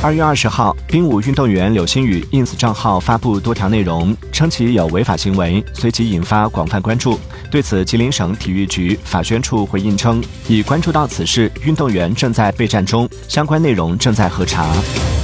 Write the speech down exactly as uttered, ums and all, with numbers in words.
二月二十号，冰舞运动员柳鑫宇 ins 账号发布多条内容，称其有违法行为，随即引发广泛关注。对此，吉林省体育局法宣处回应称，已关注到此事，运动员正在备战中，相关内容正在核查。